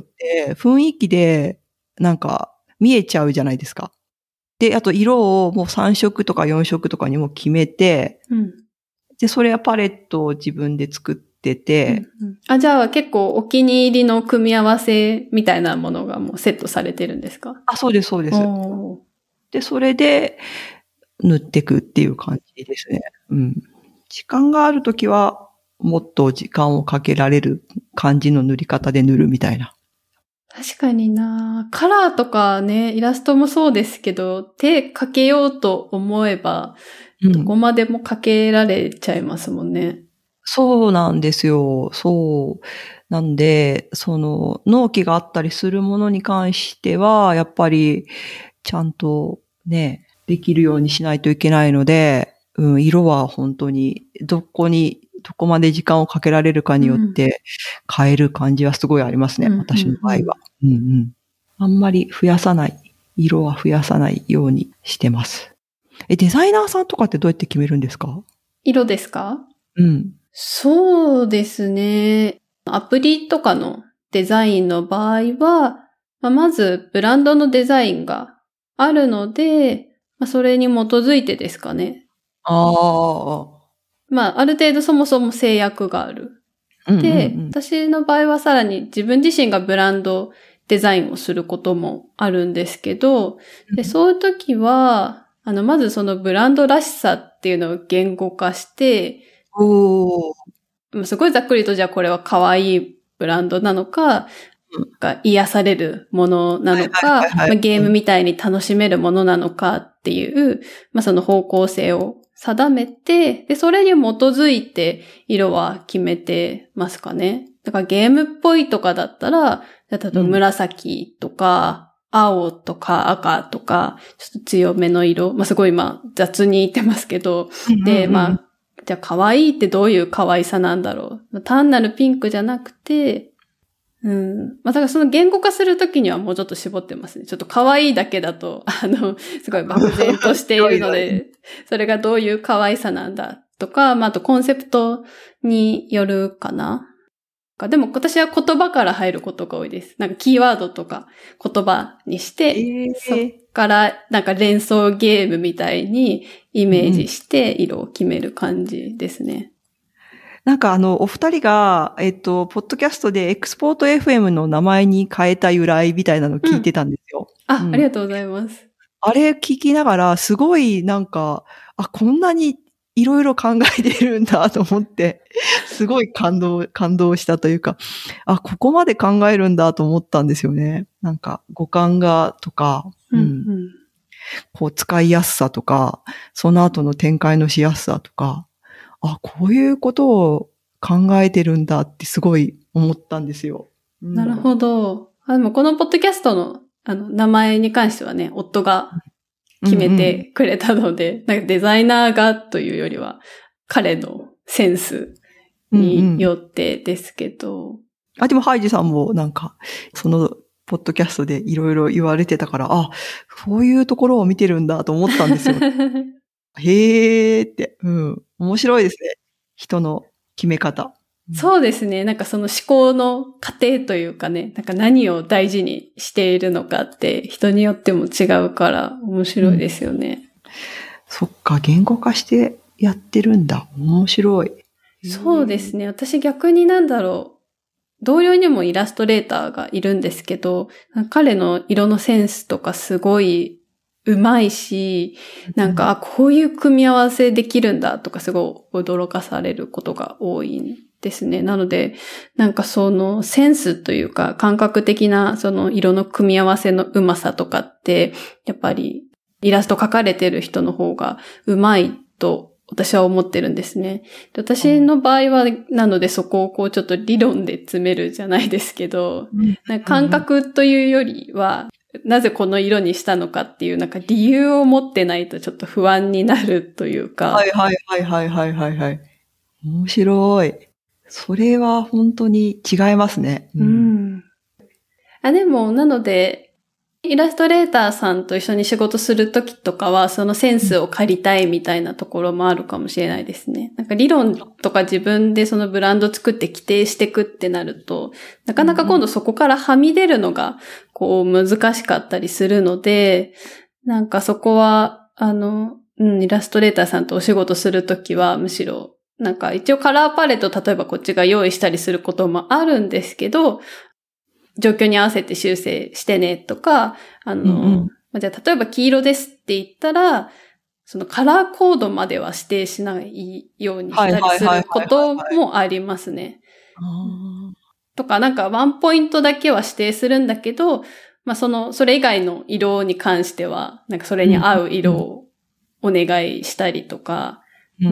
雰囲気で、なんか、見えちゃうじゃないですか。で、あと色をもうさん色とかよん色とかにも決めて、 うん、 で、それはパレットを自分で作ってて、 うんうん、あ、じゃあ結構お気に入りの組み合わせみたいなものがもうセットされてるんですか？ あ、そうです、そうです。で、それで塗っていくっていう感じですね。うん。時間があるときは、もっと時間をかけられる感じの塗り方で塗るみたいな。 確かにな。カラーとかね、イラストもそうですけど、手かけようと思えば、どこまでもかけられちゃいますもんね。うん、 そうなんですよ。そう。なんで、その、納期があったりするものに関しては、やっぱり、ちゃんとね、できるようにしないといけないので、うん、色は本当に、どこに、どこまで時間をかけられるかによって変える感じはすごいありますね、うん、私の場合は、うんうん。あんまり増やさない、色は増やさないようにしてます。え、デザイナーさんとかってどうやって決めるんですか？ 色ですか？ うん。 そうですね。アプリとかのデザインの場合は、まあ、まずブランドのデザインがあるので、まあ、それに基づいてですかね。 ああ。 まあ、ある程度そもそも制約がある。 うんうんうん、 で、私の場合はさらに自分自身がブランドデザインをすることもあるんですけど、でそういう時は、あの、まずそのブランドらしさっていうのを言語化して、 おー。 すごいざっくりとじゃあこれは可愛いブランドなのか、が癒されるものなのか、ゲームみたいに楽しめるものなのかっていう、まあ、その方向性を定めて、で、それに基づいて色は決めてますかね。だからゲームっぽいとかだったら、例えば紫とか、青とか赤とか、ちょっと強めの色。まあ、すごい今雑に言ってますけど、で、まあ、じゃあ可愛いってどういう可愛さなんだろう。単なるピンクじゃなくて、うん。まあ、だからその言語化するときにはもうちょっと絞ってますね。ちょっと可愛いだけだと、あの、すごい漠然としているので、それがどういう可愛さなんだとか、まあ、あとコンセプトによるかな。でも私は言葉から入ることが多いです。なんかキーワードとか言葉にして、えー、そっからなんか連想ゲームみたいにイメージして色を決める感じですね。 うん、なんかあの、お二人が、えっと、ポッドキャストでエクスポート エフエム の名前に変えた由来みたいなの聞いてたんですよ。 うん、あ、うん、ありがとうございます。 あれ聞きながら、すごいなんか、あ、こんなにいろいろ考えてるんだと思って、すごい感動、感動したというか、あ、ここまで考えるんだと思ったんですよね。なんか、語感がとか、うん、うん、こう使いやすさとか、その後の展開のしやすさとか、あ、こういうことを考えてるんだってすごい思ったんですよ。 うん、なるほど。あ、でもこのポッドキャストのあの名前に関してはね、夫が決めてくれたので、うんうん、なんかデザイナーがというよりは彼のセンスによってですけど。うんうん、 あ、でもハイジさんもなんかそのポッドキャストでいろいろ言われてたから、あ、そういうところを見てるんだと思ったんですよ。へーって、うん、面白いですね。人の決め方。 そうですね。なんかその思考の過程というかね、なんか何を大事にしているのかって人によっても違うから面白いですよね。うん、 そっか、言語化してやってるんだ。面白い。 そうですね。私逆になんだろう。同僚にもイラストレーターがいるんですけど、彼の色のセンスとかすごい上手いし、なんか、あ、こういう組み合わせできるんだとかすごい驚かされることが多いんですね。なので、なんかそのセンスというか感覚的なその色の組み合わせの上手さとかって、やっぱりイラスト描かれてる人の方が上手いと私は思ってるんですね。で、私の場合は、なのでそこをこうちょっと理論で詰めるじゃないですけど、なんか感覚というよりは、なぜこの色にしたのかっていうなんか理由を持ってないとちょっと不安になるというか。 はいはいはいはいはいはいはい。面白い。それは本当に違いますね。 うん。うん、あ、でも、なので、イラストレーターさんと一緒に仕事するときとかは、そのセンスを借りたいみたいなところもあるかもしれないですね。なんか理論とか自分でそのブランド作って規定していくってなると、なかなか今度そこからはみ出るのが、こう難しかったりするので、なんかそこは、あの、うん、イラストレーターさんとお仕事するときは、むしろ、なんか一応カラーパレット例えばこっちが用意したりすることもあるんですけど、状況に合わせて修正してねとか、あの、うんうん、じゃあ例えば黄色ですって言ったら、そのカラーコードまでは指定しないようにしたりすることもありますね。とか、なんかワンポイントだけは指定するんだけど、まあその、それ以外の色に関しては、なんかそれに合う色をお願いしたりとか、うんうん、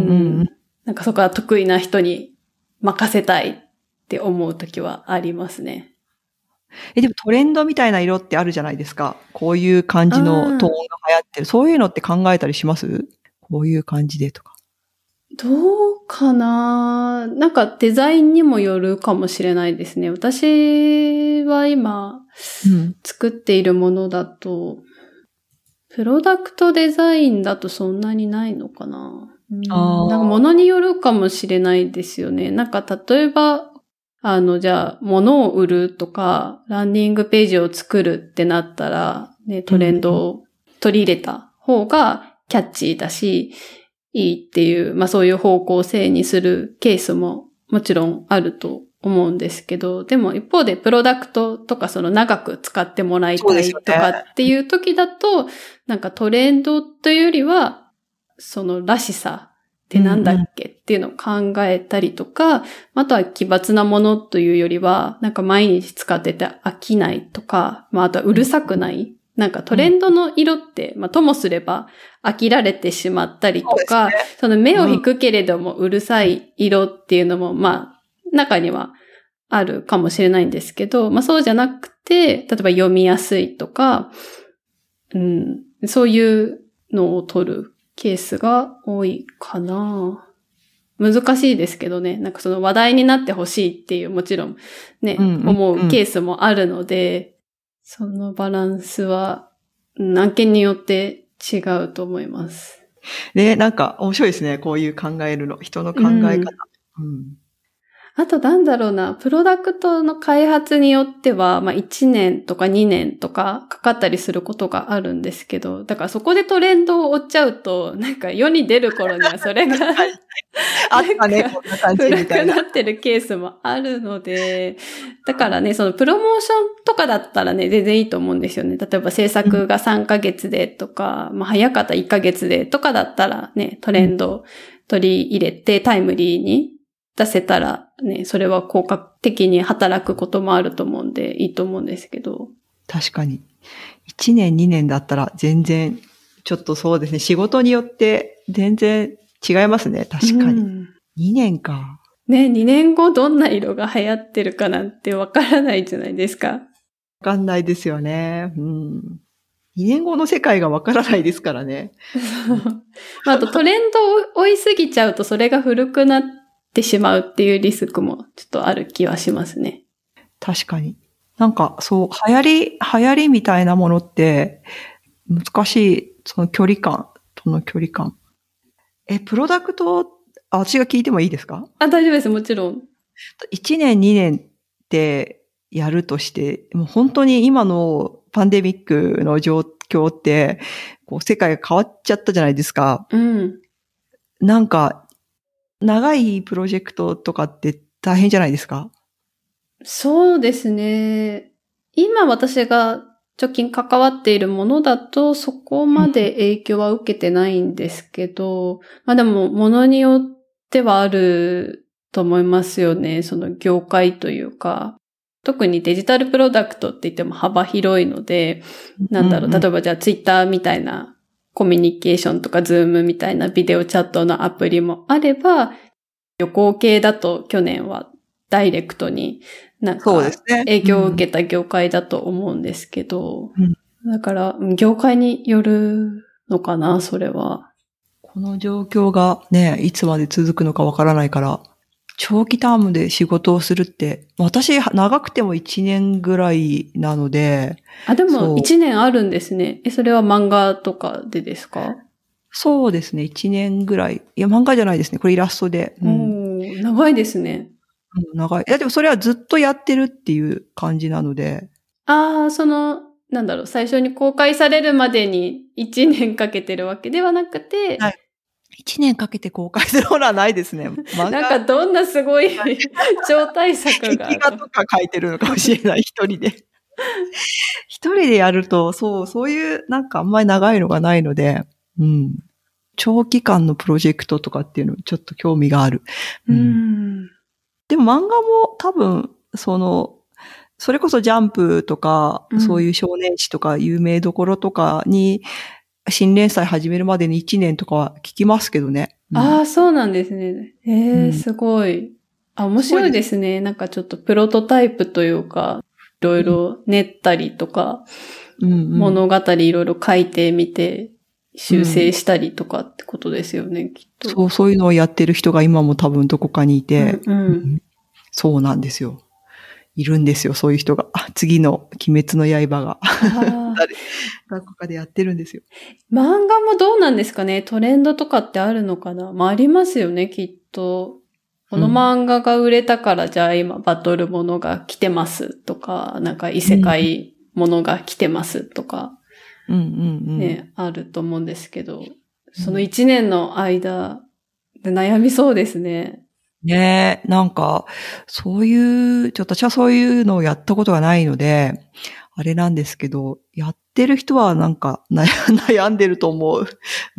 なんかそこは得意な人に任せたいって思うときはありますね。 え、でもトレンドみたいな色ってあるじゃないですか。こういう感じのトーンが流行ってる。そういうのって考えたりします？こういう感じでとか。 どうかな？なんかデザインにもよるかもしれないですね。私は今、うん、作っているものだと、プロダクトデザインだとそんなにないのかな？うん、なんか物によるかもしれないですよね。なんか例えば、あの、じゃあ、物を売るとか、ランディングページを作るってなったら、ね、トレンドを取り入れた方がキャッチーだし、いいっていう、まあそういう方向性にするケースももちろんあると思うんですけど、でも一方でプロダクトとかその長く使ってもらいたいとかっていう時だと、なんかトレンドというよりは、そのらしさってなんだっけっていうのを考えたりとか、あとは奇抜なものというよりは、なんか毎日使ってて飽きないとか、まああとはうるさくない。なんかトレンドの色って、まあともすれば飽きられてしまったりとか、 そ,、ね、その目を引くけれどもうるさい色っていうのも、まあ中にはあるかもしれないんですけど、まあそうじゃなくて、例えば読みやすいとか、うん、そういうのを取るケースが多いかな。難しいですけどね。なんかその話題になってほしいっていうもちろんね、うんうんうん、思うケースもあるので、そのバランスは案件によって違うと思います。 ね、なんか面白いですね。こういう考えるの。人の考え方。うんうん、 あとなんだろうな、プロダクトの開発によっては、まあいちねんとかにねんとかかかったりすることがあるんですけど、だからそこでトレンドを追っちゃうと、なんか世に出る頃にはそれがあったね、こんな感じみたいな。 古くなってるケースもあるので、だからね、そのプロモーションとかだったらね、全然いいと思うんですよね。例えば制作がさんかげつでとか、まあ早かったらいっかげつでとかだったらね、トレンド取り入れてタイムリーに出せたらね、それは効果的に働くこともあると思うんでいいと思うんですけど。 確かに。いちねんにねんだったら全然、ちょっとそうですね、仕事によって全然違いますね、確かに。うん、にねんか。 ね、にねんごどんな色が流行ってるかなんてわからないじゃないですか。わかんないですよね。うん。にねんごの世界がわからないですからね。 まあ、あとトレンドを追いすぎちゃうとそれが古くなってしまうっていうリスクもちょっとある気はしますね。 確かに。なんかそう、流行り、流行りみたいなものって難しい、その距離感との距離感。え、プロダクト、あ、私が聞いてもいいですか？ あ、大丈夫です、もちろん。 いちねん、にねんってやるとして、もう本当に今のパンデミックの状況って、こう世界が変わっちゃったじゃないですか。 うん。 なんか、長いプロジェクトとかって大変じゃないですか？ そうですね。今私が直近関わっているものだと、そこまで影響は受けてないんですけど、まあでも、ものによってはあると思いますよね。その業界というか。特にデジタルプロダクトって言っても幅広いので、なんだろう、例えばじゃあツイッターみたいなコミュニケーションとかズームみたいなビデオチャットのアプリもあれば、旅行系だと去年はダイレクトになんか影響を受けた業界だと思うんですけど、うん、だから業界によるのかな、それは。 この状況がね、いつまで続くのかわからないから、長期タームで仕事をするって、私長くてもいちねんぐらいなので。 あ、でもいちねんあるんですね。え、それは漫画とかでですか？ そうですね、いちねんぐらい。いや、漫画じゃないですね。これイラストで。 うん、長いですね。 うん、長い。いや、でもそれはずっとやってるっていう感じなので。 ああ、その、なんだろう、最初に公開されるまでにいちねんかけてるわけではなくて、 はい。いちねんかけて公開するものはないですね。 漫画なんかどんなすごい超大作が。 壁画とか書いてるのかもしれない、一人で。一人でやると、そう、そういう、なんかあんまり長いのがないので、うん。長期間のプロジェクトとかっていうのちょっと興味がある。 うん。うんでも漫画も多分、その、それこそジャンプとか、うん、そういう少年誌とか有名どころとかに、新連載始めるまでにいちねんとかは聞きますけどね。 うん、ああ、そうなんですね。ええーうん、すごい。あ、面白いですね。なんかちょっとプロトタイプというか、いろいろ練ったりとか、うんうん、物語いろいろ書いてみて、修正したりとかってことですよね、うん、きっと。 そう、そういうのをやってる人が今も多分どこかにいて、 うんうん、 そうなんですよ。いるんですよ、そういう人が。次の鬼滅の刃が。どこかでやってるんですよ。 漫画もどうなんですかね？トレンドとかってあるのかな？まあ、ありますよね、きっと。この漫画が売れたから、うん、じゃあ今バトルものが来てますとか、なんか異世界ものが来てますとか、 うんうんうん、 ね、あると思うんですけど、その一年の間で悩みそうですね。 ねえ、なんか、そういう、ちょっと私はそういうのをやったことがないので、あれなんですけど、やってる人はなんか悩んでると思う。うん。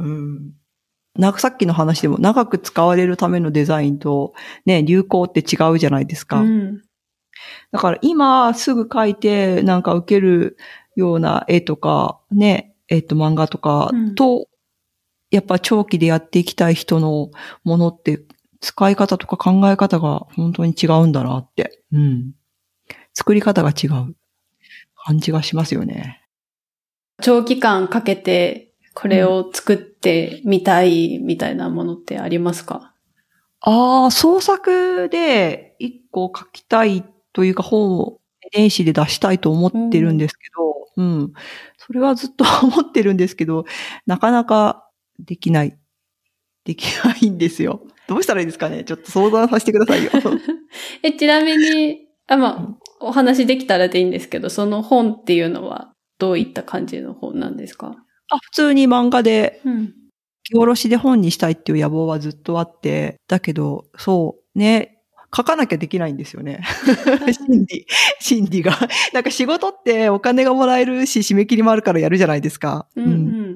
なんかさっきの話でも長く使われるためのデザインとね、流行って違うじゃないですか。うん、だから今すぐ描いてなんか受けるような絵とか、ね、えっと漫画とかと、うん、やっぱ長期でやっていきたい人のものって使い方とか考え方が本当に違うんだなって。うん。作り方が違う感じがしますよね。 長期間かけてこれを作ってみたいみたいなものってありますか？ うん、ああ、創作で一個書きたいというか本を電子で出したいと思ってるんですけど、うん、うん。それはずっと思ってるんですけど、なかなかできない。できないんですよ。どうしたらいいですかね？ちょっと相談させてくださいよ。 え、ちなみに、あ、まあ、うん、お話できたらでいいんですけど、その本っていうのはどういった感じの本なんですか？ あ、普通に漫画で、 うん。 書き下ろしで本にしたいっていう野望はずっとあって、だけど、そうね、書かなきゃできないんですよね。心理、心理が。なんか仕事ってお金がもらえるし、締め切りもあるからやるじゃないですか。 うん、うん。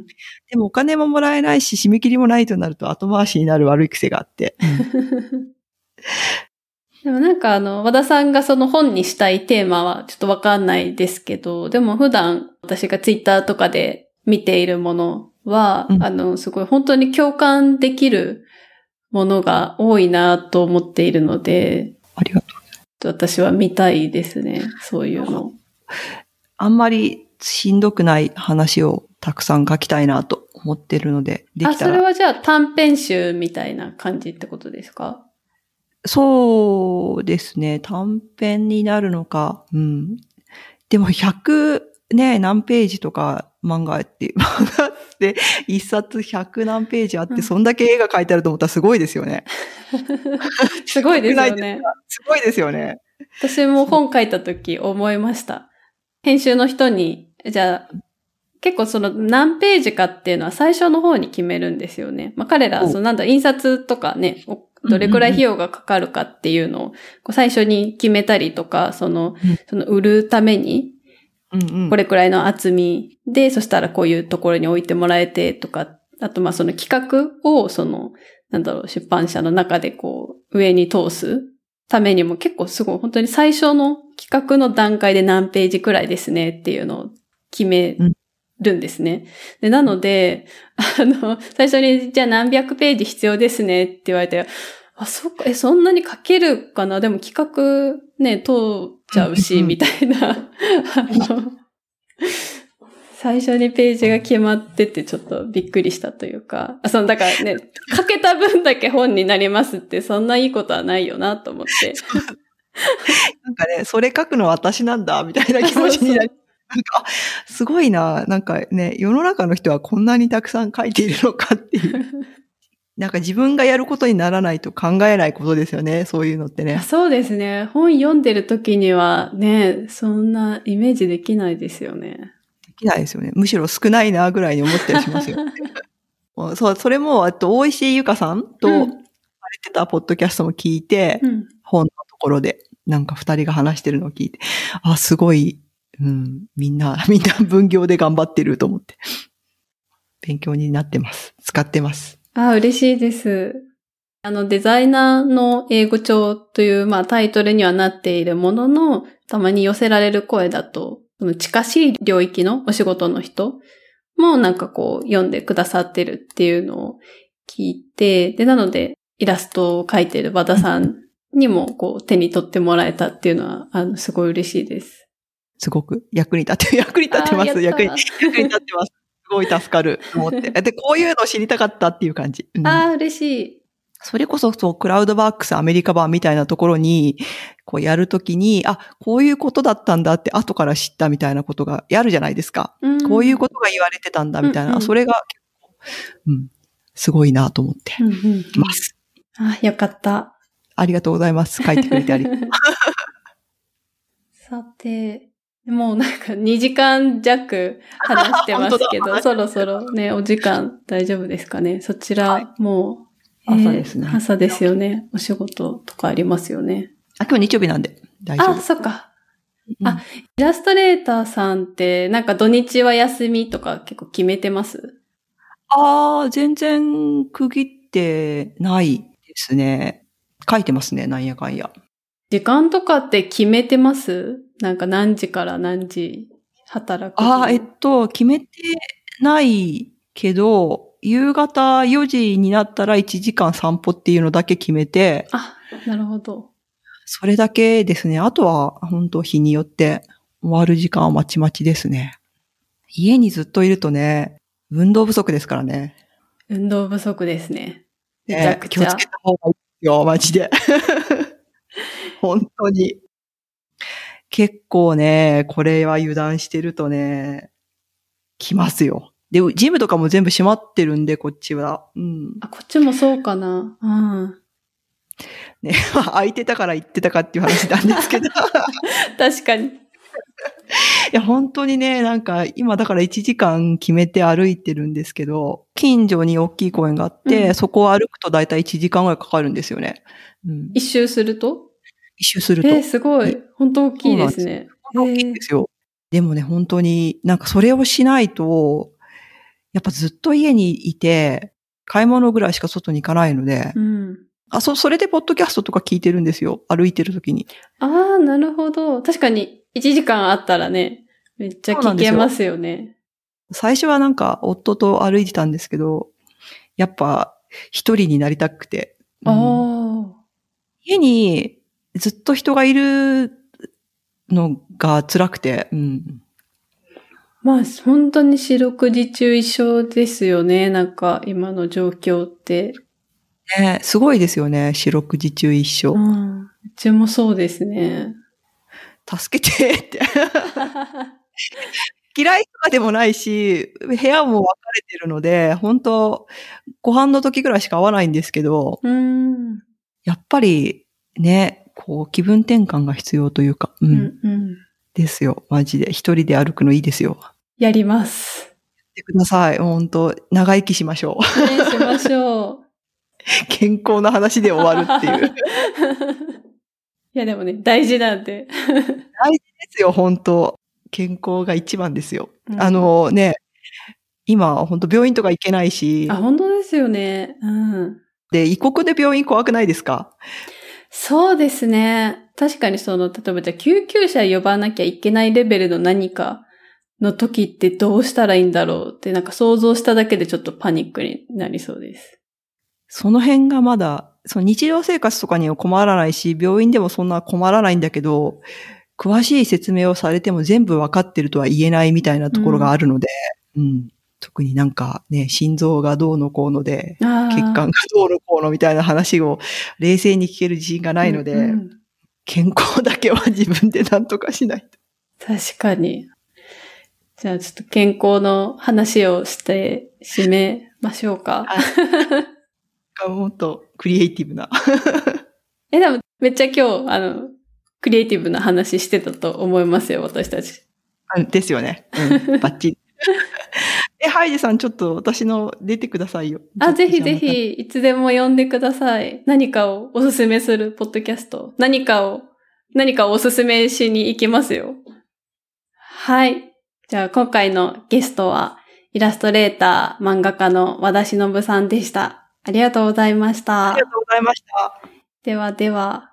でもお金ももらえないし、締め切りもないとなると後回しになる悪い癖があって。うんでもなんかあの、和田さんがその本にしたいテーマはちょっとわかんないですけど、でも普段私がツイッターとかで見ているものは、うん、あの、すごい本当に共感できるものが多いなと思っているので、 ありがとう。 私は見たいですね、そういうの。 あんまりしんどくない話をたくさん書きたいなと思ってるので、できたら。 あ、それはじゃあ短編集みたいな感じってことですか？ そうですね。短編になるのか。うん。でもひゃくね、何ページとか漫画って、漫画って一冊百何ページあって、 うん、 そんだけ絵が描いてあると思ったらすごいですよね。 すごいですよね。 すごいですよね。 私も本書いたとき思いました。編集の人に、じゃあ、結構その何ページかっていうのは最初の方に決めるんですよね。まあ彼ら、そのなんだ、印刷とかね、どれくらい費用がかかるかっていうのを最初に決めたりとか、その、その売るために、これくらいの厚みで、そしたらこういうところに置いてもらえてとか、あとまあその企画をその、なんだろう、出版社の中でこう上に通すためにも結構すごい本当に最初の企画の段階で何ページくらいですねっていうのを決めるんですね。で、なので、あの、最初にじゃあ何百ページ必要ですねって言われて、あ、そっか、え、そんなに書けるかな？でも企画ね、通っちゃうし、みたいな。あの、最初にページが決まっててちょっとびっくりしたというか、あ、その、だからね、書けた分だけ本になりますってそんないいことはないよなと思って。 なんかね、それ書くの私なんだ、みたいな気持ちになり、なんか、すごいな、なんかね、世の中の人はこんなにたくさん書いているのかっていう。なんか自分がやることにならないと考えないことですよね、そういうのってね。 そうですね。本読んでる時にはね、そんなイメージできないですよね。 できないですよね。むしろ少ないなぐらいに思ったりしますよ。そう、それも、あと、大石ゆかさんと、されてたポッドキャストも聞いて、うん、本のところで、なんか二人が話してるのを聞いて、あ、すごい、うん、みんな、みんな分業で頑張ってると思って、勉強になってます。使ってます。 あ、嬉しいです。あの、デザイナーの英語帳という、まあ、タイトルにはなっているものの、たまに寄せられる声だと、その近しい領域のお仕事の人もなんかこう、読んでくださってるっていうのを聞いて、で、なので、イラストを描いている和田さんにも、こう、手に取ってもらえたっていうのは、あの、すごい嬉しいです。 すごく役に立って、役に立ってます。役に、役に立ってます。すごい助かると思って。で、こういうの知りたかったっていう感じ。 うん、ああ、嬉しい。 それこそ、そう、クラウドワークスアメリカ版みたいなところに、こうやるときに、あ、こういうことだったんだって後から知ったみたいなことがやるじゃないですか。うん、こういうことが言われてたんだみたいな。うんうん、それが結構、うん、すごいなと思ってます。 うんうんうん、あ、よかった。 ありがとうございます。書いてくれてありがとう。 さて、もうなんかにじかん弱話してますけど、そろそろね、お時間大丈夫ですかね。そちら、はい、もう、 朝ですね、 えー。朝ですよね。お仕事とかありますよね。 あ、今日日曜日なんで大丈夫。 あ、そっか。うん、あ、イラストレーターさんってなんか土日は休みとか結構決めてます？ ああ、全然区切ってないですね。書いてますね、なんやかんや。 時間とかって決めてます？なんか何時から何時働く？ ああ、えっと、決めてないけど、夕方よじになったらいちじかん散歩っていうのだけ決めて。 あ、なるほど。 それだけですね。あとは、本当日によって終わる時間はまちまちですね。家にずっといるとね、運動不足ですからね。 運動不足ですね。めちゃくちゃ。 気をつけた方がいいですよ、マジで。本当に。結構ね、これは油断してるとね、来ますよ。で、ジムとかも全部閉まってるんで、こっちは。うん。 あ、こっちもそうかな。うん。 ね、空いてたから行ってたかっていう話なんですけど。 確かに。いや、本当にね、なんか、今だからいちじかん決めて歩いてるんですけど、近所に大きい公園があって、うん、そこを歩くとだいたいいちじかんぐらいかかるんですよね。 うん、一周すると一周すると。 えー、すごい。本当大きいですね。 本当大きいんですよ。でもね、本当に、なんかそれをしないと、やっぱずっと家にいて、買い物ぐらいしか外に行かないので、うん、あ、そ、それでポッドキャストとか聞いてるんですよ。歩いてる時に。 ああ、なるほど。確かにいちじかんあったらね、めっちゃ聞けますよね。 最初はなんか夫と歩いてたんですけど、やっぱ一人になりたくて。うん、家にずっと人がいるのが辛くて。うん、 まあ本当に四六時中一緒ですよね。なんか今の状況って。 ね、すごいですよね。四六時中一緒。 うん、うちもそうですね。 助けてって。 嫌いとかでもないし、部屋も分かれてるので、本当ご飯の時ぐらいしか会わないんですけど、 うーん。 やっぱりね、こう気分転換が必要というか、うん。 うんうん。 ですよ、マジで。一人で歩くのいいですよ。 やります。 やってください。本当長生きしましょう。 ね、しましょう。 健康な話で終わるっていう。 いやでもね、大事なんで。 大事ですよ、本当健康が一番ですよ。 うん、 あのね、今本当病院とか行けないし。 あ、本当ですよね。うん。 で、異国で病院怖くないですか？ そうですね。確かにその、例えばじゃあ救急車呼ばなきゃいけないレベルの何かの時ってどうしたらいいんだろうってなんか想像しただけでちょっとパニックになりそうです。 その辺がまだ、その日常生活とかには困らないし、病院でもそんな困らないんだけど、詳しい説明をされても全部わかってるとは言えないみたいなところがあるので、うん、うん、特になんかね、心臓がどうのこうので、血管がどうのこうのみたいな話を冷静に聞ける自信がないので、うんうん、健康だけは自分で何とかしないと。 確かに。じゃあちょっと健康の話をして締めましょうか。 もっとクリエイティブな。 え、でもめっちゃ今日、あの、クリエイティブな話してたと思いますよ、私たち。 ですよね。うん、バッチリ。え、ハイジさんちょっと私の出てくださいよ。 あ、ぜひぜひ、いつでも呼んでください。何かをおすすめするポッドキャスト。何かを、何かをおすすめしに行きますよ。はい。じゃあ今回のゲストは、イラストレーター、漫画家の和田忍さんでした。ありがとうございました。 ありがとうございました。 ではでは。